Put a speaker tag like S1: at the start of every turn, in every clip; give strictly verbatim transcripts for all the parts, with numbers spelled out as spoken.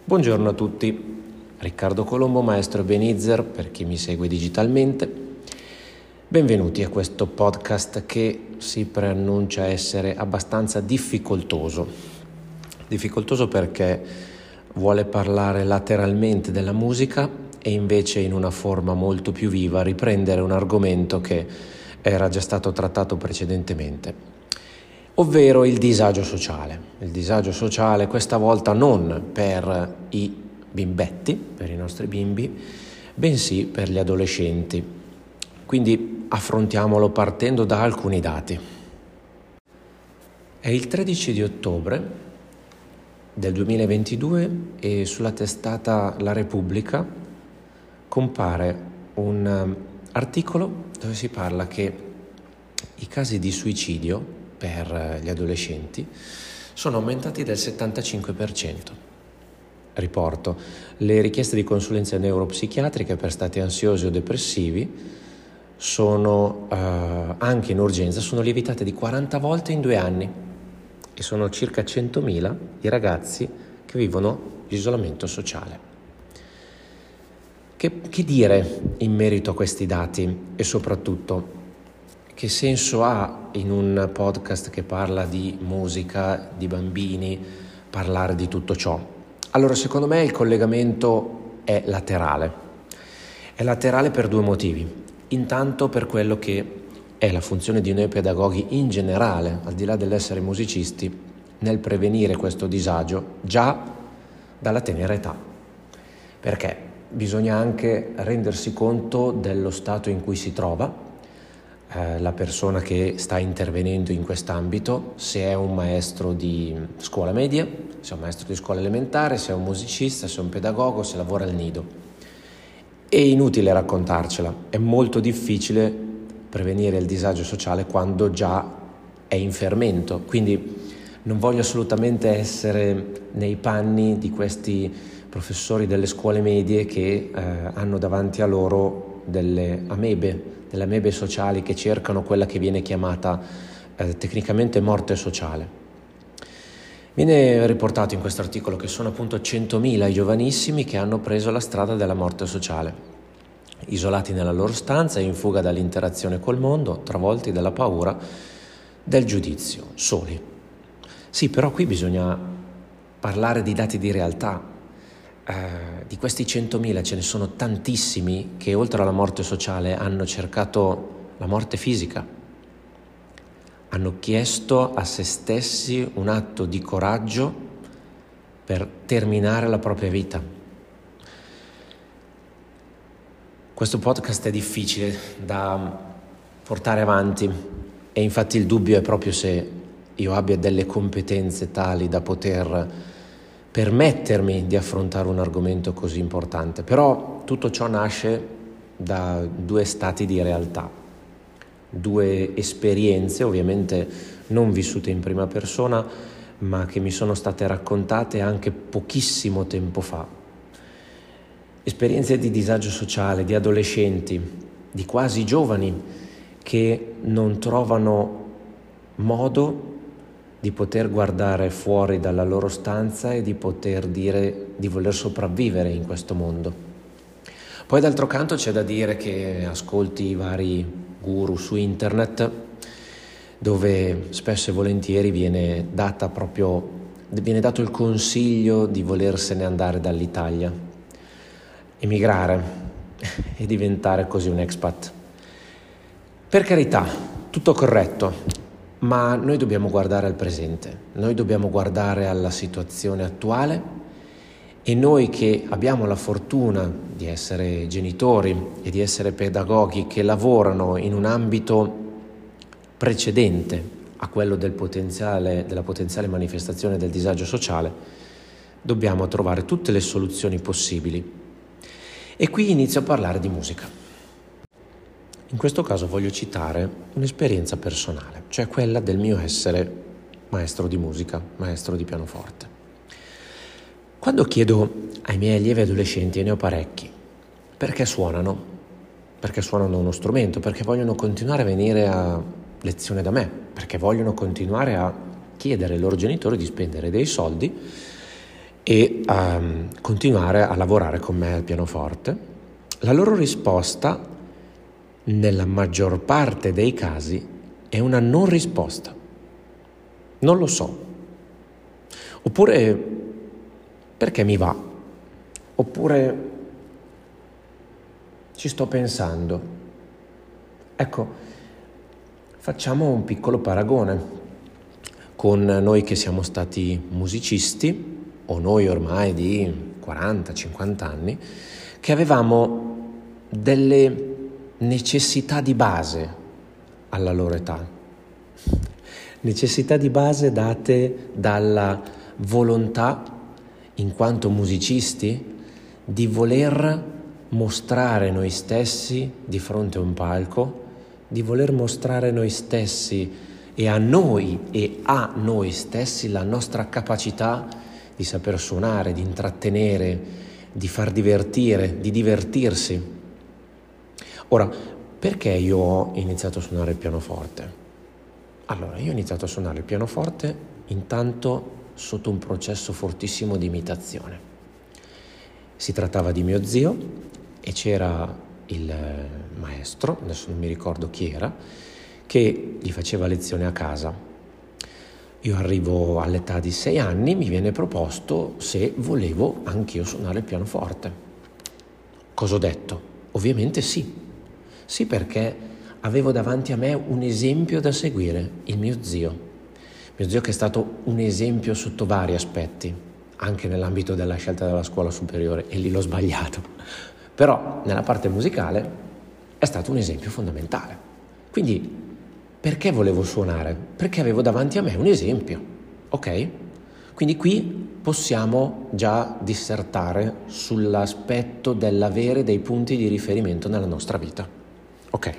S1: Buongiorno a tutti, Riccardo Colombo, maestro Ebenezer per chi mi segue digitalmente. Benvenuti a questo podcast che si preannuncia essere abbastanza difficoltoso. Difficoltoso perché vuole parlare lateralmente della musica e invece in una forma molto più viva riprendere un argomento che era già stato trattato precedentemente. Ovvero il disagio sociale. Il disagio sociale questa volta non per i bimbetti, per i nostri bimbi, bensì per gli adolescenti. Quindi affrontiamolo partendo da alcuni dati. È il tredici di ottobre del duemilaventidue e sulla testata La Repubblica compare un articolo dove si parla che i casi di suicidio per gli adolescenti sono aumentati del settantacinque per cento. Riporto, le richieste di consulenze neuropsichiatriche per stati ansiosi o depressivi sono eh, anche in urgenza, sono lievitate di quaranta volte in due anni e sono circa centomila i ragazzi che vivono l'isolamento sociale. Che, che dire in merito a questi dati e soprattutto che senso ha in un podcast che parla di musica, di bambini, parlare di tutto ciò? Allora, secondo me il collegamento è laterale. È laterale per due motivi. Intanto per quello che è la funzione di noi pedagoghi in generale, al di là dell'essere musicisti, nel prevenire questo disagio già dalla tenera età. Perché bisogna anche rendersi conto dello stato in cui si trova la persona che sta intervenendo in quest'ambito, se è un maestro di scuola media, se è un maestro di scuola elementare, se è un musicista, se è un pedagogo, se lavora al nido. È inutile raccontarcela, è molto difficile prevenire il disagio sociale quando già è in fermento, quindi non voglio assolutamente essere nei panni di questi professori delle scuole medie che eh, hanno davanti a loro delle amebe, delle amebe sociali che cercano quella che viene chiamata eh, tecnicamente morte sociale. Viene riportato in questo articolo che sono appunto centomila i giovanissimi che hanno preso la strada della morte sociale, isolati nella loro stanza, in fuga dall'interazione col mondo, travolti dalla paura del giudizio, soli. Sì, però qui bisogna parlare di dati di realtà. Uh, di questi centomila ce ne sono tantissimi che oltre alla morte sociale hanno cercato la morte fisica, hanno chiesto a se stessi un atto di coraggio per terminare la propria vita. Questo podcast è difficile da portare avanti e infatti il dubbio è proprio se io abbia delle competenze tali da poter permettermi di affrontare un argomento così importante. Però tutto ciò nasce da due stati di realtà, due esperienze ovviamente non vissute in prima persona, ma che mi sono state raccontate anche pochissimo tempo fa. Esperienze di disagio sociale, di adolescenti, di quasi giovani che non trovano modo di poter guardare fuori dalla loro stanza e di poter dire di voler sopravvivere in questo mondo. Poi d'altro canto c'è da dire che ascolti i vari guru su internet dove spesso e volentieri viene data proprio viene dato il consiglio di volersene andare dall'Italia, emigrare e diventare così un expat. Per carità, tutto corretto. Ma noi dobbiamo guardare al presente, noi dobbiamo guardare alla situazione attuale e noi che abbiamo la fortuna di essere genitori e di essere pedagoghi che lavorano in un ambito precedente a quello del potenziale, della potenziale manifestazione del disagio sociale, dobbiamo trovare tutte le soluzioni possibili. E qui inizio a parlare di musica. In questo caso voglio citare un'esperienza personale, cioè quella del mio essere maestro di musica, maestro di pianoforte. Quando chiedo ai miei allievi adolescenti, e ne ho parecchi, perché suonano? Perché suonano uno strumento, perché vogliono continuare a venire a lezione da me, perché vogliono continuare a chiedere ai loro genitori di spendere dei soldi e a continuare a lavorare con me al pianoforte? La loro risposta, nella maggior parte dei casi, è una non risposta. Non lo so. Oppure perché mi va? Oppure ci sto pensando. Ecco, facciamo un piccolo paragone con noi che siamo stati musicisti, o noi ormai di quaranta cinquanta anni, che avevamo delle necessità di base alla loro età. Necessità di base date dalla volontà, in quanto musicisti, di voler mostrare noi stessi di fronte a un palco, di voler mostrare noi stessi e a noi e a noi stessi la nostra capacità di saper suonare, di intrattenere, di far divertire, di divertirsi. Ora, perché io ho iniziato a suonare il pianoforte? Allora, io ho iniziato a suonare il pianoforte intanto sotto un processo fortissimo di imitazione. Si trattava di mio zio e c'era il maestro, adesso non mi ricordo chi era, che gli faceva lezione a casa. Io arrivo all'età di sei anni, mi viene proposto se volevo anch'io suonare il pianoforte. Cosa ho detto? Ovviamente sì. Sì, perché avevo davanti a me un esempio da seguire, il mio zio. Mio zio che è stato un esempio sotto vari aspetti, anche nell'ambito della scelta della scuola superiore, e lì l'ho sbagliato. Però nella parte musicale è stato un esempio fondamentale. Quindi perché volevo suonare? Perché avevo davanti a me un esempio, ok? Quindi qui possiamo già dissertare sull'aspetto dell'avere dei punti di riferimento nella nostra vita, ok?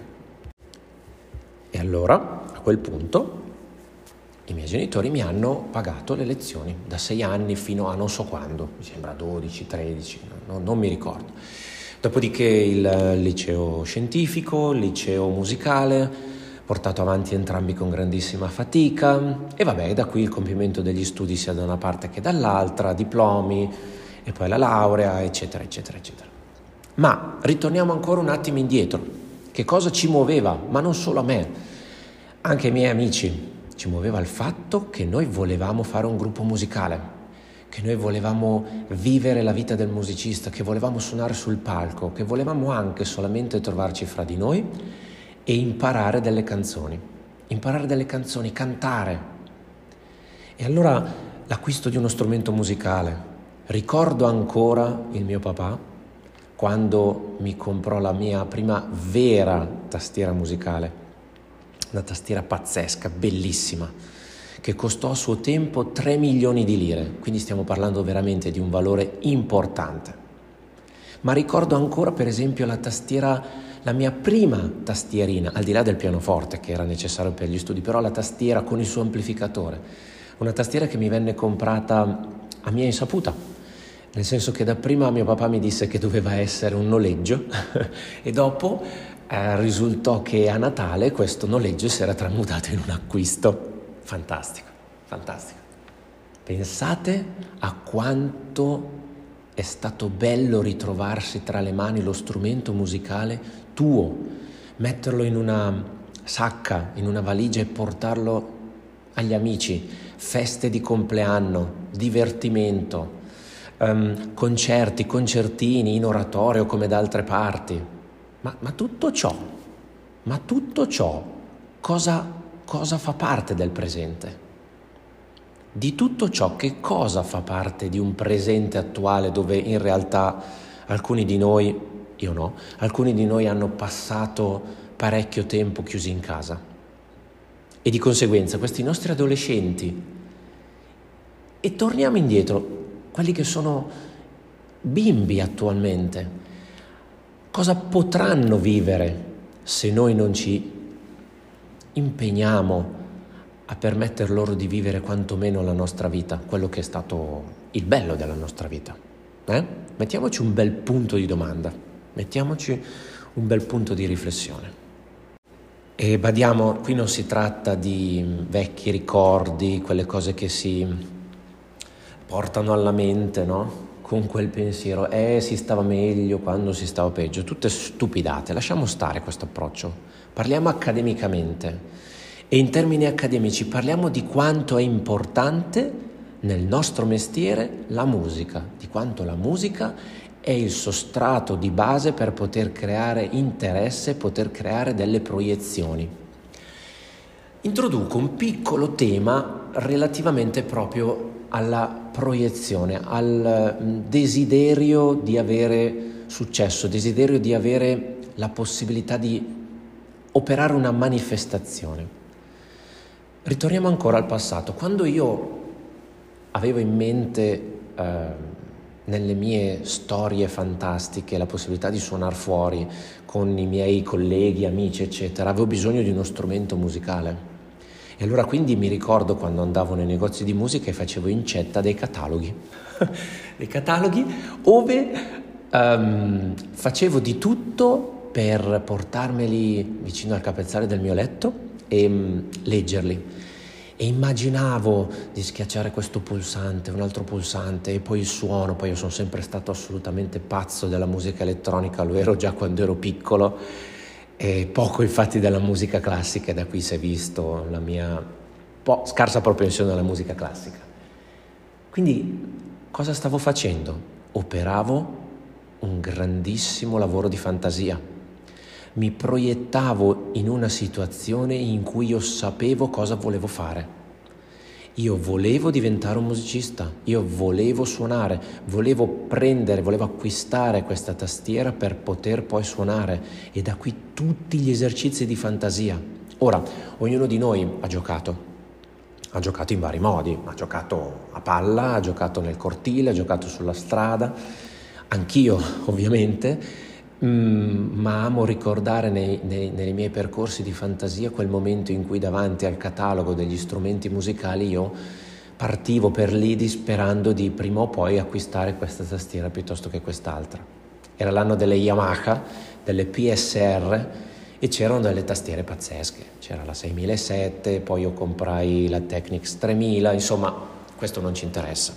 S1: E allora, a quel punto, i miei genitori mi hanno pagato le lezioni da sei anni fino a non so quando, mi sembra dodici, tredici, no, non mi ricordo. Dopodiché il liceo scientifico, il liceo musicale, portato avanti entrambi con grandissima fatica, e vabbè, da qui il compimento degli studi sia da una parte che dall'altra, diplomi e poi la laurea, eccetera, eccetera, eccetera. Ma ritorniamo ancora un attimo indietro. Che cosa ci muoveva? Ma non solo a me, anche ai miei amici. Ci muoveva il fatto che noi volevamo fare un gruppo musicale, che noi volevamo vivere la vita del musicista, che volevamo suonare sul palco, che volevamo anche solamente trovarci fra di noi e imparare delle canzoni, imparare delle canzoni, cantare. E allora l'acquisto di uno strumento musicale. Ricordo ancora il mio papà quando mi comprò la mia prima vera tastiera musicale, una tastiera pazzesca, bellissima, che costò a suo tempo tre milioni di lire, quindi stiamo parlando veramente di un valore importante. Ma ricordo ancora, per esempio, la tastiera, la mia prima tastierina, al di là del pianoforte che era necessario per gli studi, però la tastiera con il suo amplificatore, una tastiera che mi venne comprata a mia insaputa, nel senso che dapprima mio papà mi disse che doveva essere un noleggio e dopo eh, risultò che a Natale questo noleggio si era tramutato in un acquisto. Fantastico, fantastico. Pensate a quanto è stato bello ritrovarsi tra le mani lo strumento musicale tuo, metterlo in una sacca, in una valigia e portarlo agli amici, feste di compleanno, divertimento, um, concerti, concertini in oratorio come da altre parti. Ma, ma tutto ciò, ma tutto ciò cosa, cosa fa parte del presente? Di tutto ciò, che cosa fa parte di un presente attuale dove in realtà alcuni di noi, io no, alcuni di noi hanno passato parecchio tempo chiusi in casa e di conseguenza questi nostri adolescenti, e torniamo indietro, quelli che sono bimbi attualmente, cosa potranno vivere se noi non ci impegniamo a permetter loro di vivere quantomeno la nostra vita, quello che è stato il bello della nostra vita. Eh? Mettiamoci un bel punto di domanda, mettiamoci un bel punto di riflessione. E badiamo, qui non si tratta di vecchi ricordi, quelle cose che si portano alla mente, no? Con quel pensiero, eh, si stava meglio quando si stava peggio, tutte stupidate, lasciamo stare questo approccio, parliamo accademicamente e in termini accademici parliamo di quanto è importante nel nostro mestiere la musica, di quanto la musica è il sostrato di base per poter creare interesse, poter creare delle proiezioni. Introduco un piccolo tema relativamente proprio alla proiezione, al desiderio di avere successo, desiderio di avere la possibilità di operare una manifestazione. Ritorniamo ancora al passato. Quando io avevo in mente eh, nelle mie storie fantastiche la possibilità di suonare fuori con i miei colleghi, amici, eccetera, avevo bisogno di uno strumento musicale. E allora quindi mi ricordo quando andavo nei negozi di musica e facevo incetta dei cataloghi, dei cataloghi ove um, facevo di tutto per portarmeli vicino al capezzale del mio letto e um, leggerli. E immaginavo di schiacciare questo pulsante, un altro pulsante e poi il suono. Poi io sono sempre stato assolutamente pazzo della musica elettronica, lo ero già quando ero piccolo. E poco infatti della musica classica, e da qui si è visto la mia po- scarsa propensione alla musica classica. Quindi cosa stavo facendo? Operavo un grandissimo lavoro di fantasia. Mi proiettavo in una situazione in cui io sapevo cosa volevo fare. Io volevo diventare un musicista, io volevo suonare, volevo prendere, volevo acquistare questa tastiera per poter poi suonare, e da qui tutti gli esercizi di fantasia. Ora, ognuno di noi ha giocato, ha giocato in vari modi, ha giocato a palla, ha giocato nel cortile, ha giocato sulla strada, anch'io ovviamente, Mm, ma amo ricordare nei, nei, nei miei percorsi di fantasia quel momento in cui davanti al catalogo degli strumenti musicali io partivo per lidi sperando di prima o poi acquistare questa tastiera piuttosto che quest'altra. Era l'anno delle Yamaha, delle P S R, e c'erano delle tastiere pazzesche. C'era la seimilasette, poi io comprai la Technics tremila, insomma questo non ci interessa.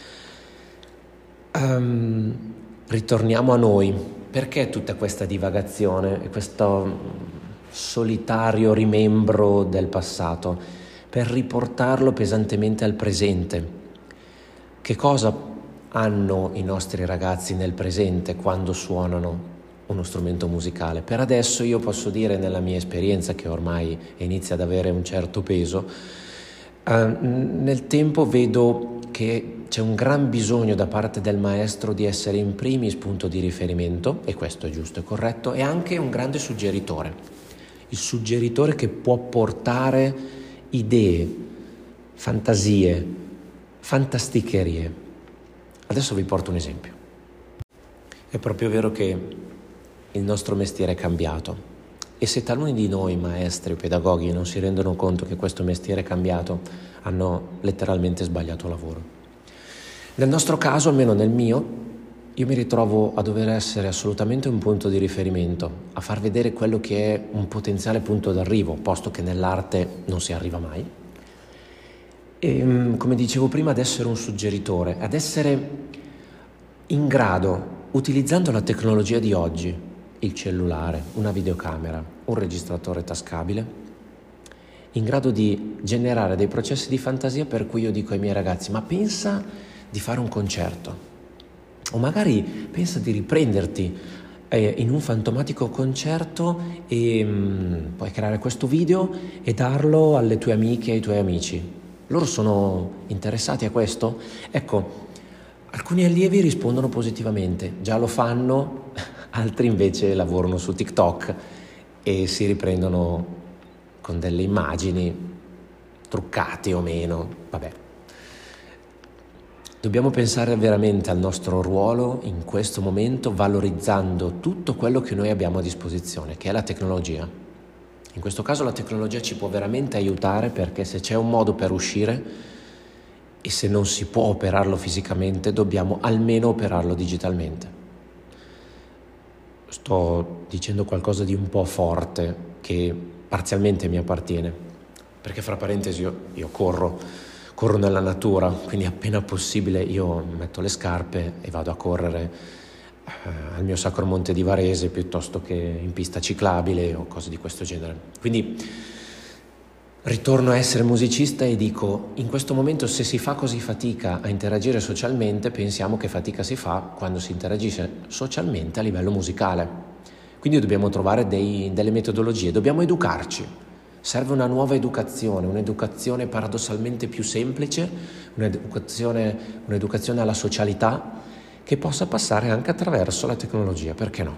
S1: Um, ritorniamo a noi. Perché tutta questa divagazione e questo solitario rimembro del passato? Per riportarlo pesantemente al presente. Che cosa hanno i nostri ragazzi nel presente quando suonano uno strumento musicale? Per adesso io posso dire, nella mia esperienza, che ormai inizia ad avere un certo peso, eh, nel tempo vedo che c'è un gran bisogno da parte del maestro di essere in primis punto di riferimento, e questo è giusto e corretto, e anche un grande suggeritore, il suggeritore che può portare idee, fantasie, fantasticherie. Adesso vi porto un esempio. È proprio vero che il nostro mestiere è cambiato, e se taluni di noi maestri o pedagoghi non si rendono conto che questo mestiere è cambiato, hanno letteralmente sbagliato lavoro. Nel nostro caso, almeno nel mio, io mi ritrovo a dover essere assolutamente un punto di riferimento, a far vedere quello che è un potenziale punto d'arrivo, posto che nell'arte non si arriva mai. E, come dicevo prima, ad essere un suggeritore, ad essere in grado, utilizzando la tecnologia di oggi, il cellulare, una videocamera, un registratore tascabile, in grado di generare dei processi di fantasia per cui io dico ai miei ragazzi: ma pensa di fare un concerto, o magari pensa di riprenderti eh, in un fantomatico concerto e mh, puoi creare questo video e darlo alle tue amiche e ai tuoi amici. Loro sono interessati a questo? Ecco, alcuni allievi rispondono positivamente, già lo fanno, altri invece lavorano su TikTok e si riprendono con delle immagini truccate o meno, vabbè. Dobbiamo pensare veramente al nostro ruolo in questo momento, valorizzando tutto quello che noi abbiamo a disposizione, che è la tecnologia. In questo caso la tecnologia ci può veramente aiutare, perché se c'è un modo per uscire e se non si può operarlo fisicamente, dobbiamo almeno operarlo digitalmente. Sto dicendo qualcosa di un po' forte che parzialmente mi appartiene, perché fra parentesi io, io corro corro nella natura, quindi appena possibile io metto le scarpe e vado a correre eh, al mio Sacro Monte di Varese piuttosto che in pista ciclabile o cose di questo genere. Quindi ritorno a essere musicista e dico, in questo momento se si fa così fatica a interagire socialmente, pensiamo che fatica si fa quando si interagisce socialmente a livello musicale. Quindi dobbiamo trovare dei, delle metodologie, dobbiamo educarci. Serve una nuova educazione, un'educazione paradossalmente più semplice, un'educazione, un'educazione alla socialità che possa passare anche attraverso la tecnologia, perché no?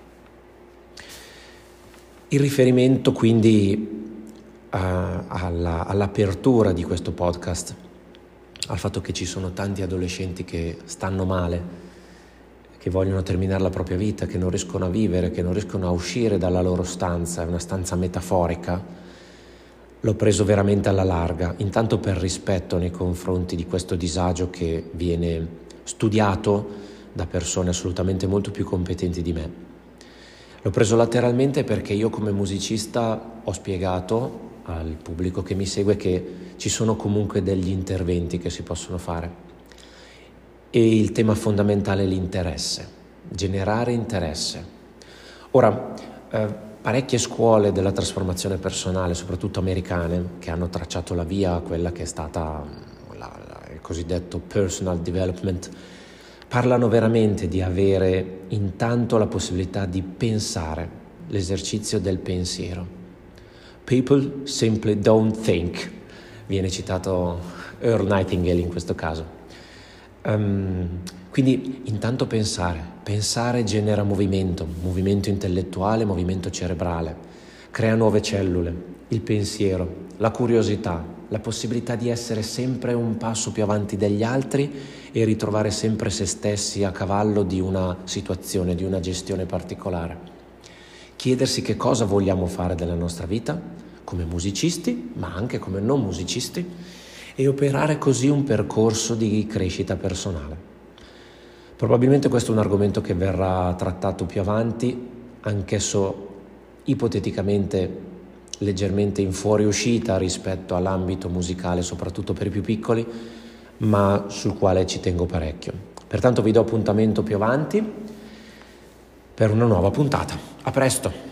S1: Il riferimento quindi uh, alla, all'apertura di questo podcast, al fatto che ci sono tanti adolescenti che stanno male, che vogliono terminare la propria vita, che non riescono a vivere, che non riescono a uscire dalla loro stanza, è una stanza metaforica, l'ho preso veramente alla larga, intanto per rispetto nei confronti di questo disagio che viene studiato da persone assolutamente molto più competenti di me. L'ho preso lateralmente perché io come musicista ho spiegato al pubblico che mi segue che ci sono comunque degli interventi che si possono fare. E il tema fondamentale è l'interesse, generare interesse. Ora, eh, parecchie scuole della trasformazione personale, soprattutto americane, che hanno tracciato la via a quella che è stata la, la, il cosiddetto personal development, parlano veramente di avere intanto la possibilità di pensare, l'esercizio del pensiero. People simply don't think, viene citato Earl Nightingale in questo caso. Um, quindi intanto pensare, pensare genera movimento, movimento intellettuale, movimento cerebrale, crea nuove cellule, il pensiero, la curiosità, la possibilità di essere sempre un passo più avanti degli altri e ritrovare sempre se stessi a cavallo di una situazione, di una gestione particolare. Chiedersi che cosa vogliamo fare della nostra vita, come musicisti, ma anche come non musicisti, e operare così un percorso di crescita personale. Probabilmente questo è un argomento che verrà trattato più avanti, anch'esso ipoteticamente leggermente in fuoriuscita rispetto all'ambito musicale, soprattutto per i più piccoli, ma sul quale ci tengo parecchio. Pertanto vi do appuntamento più avanti per una nuova puntata. A presto!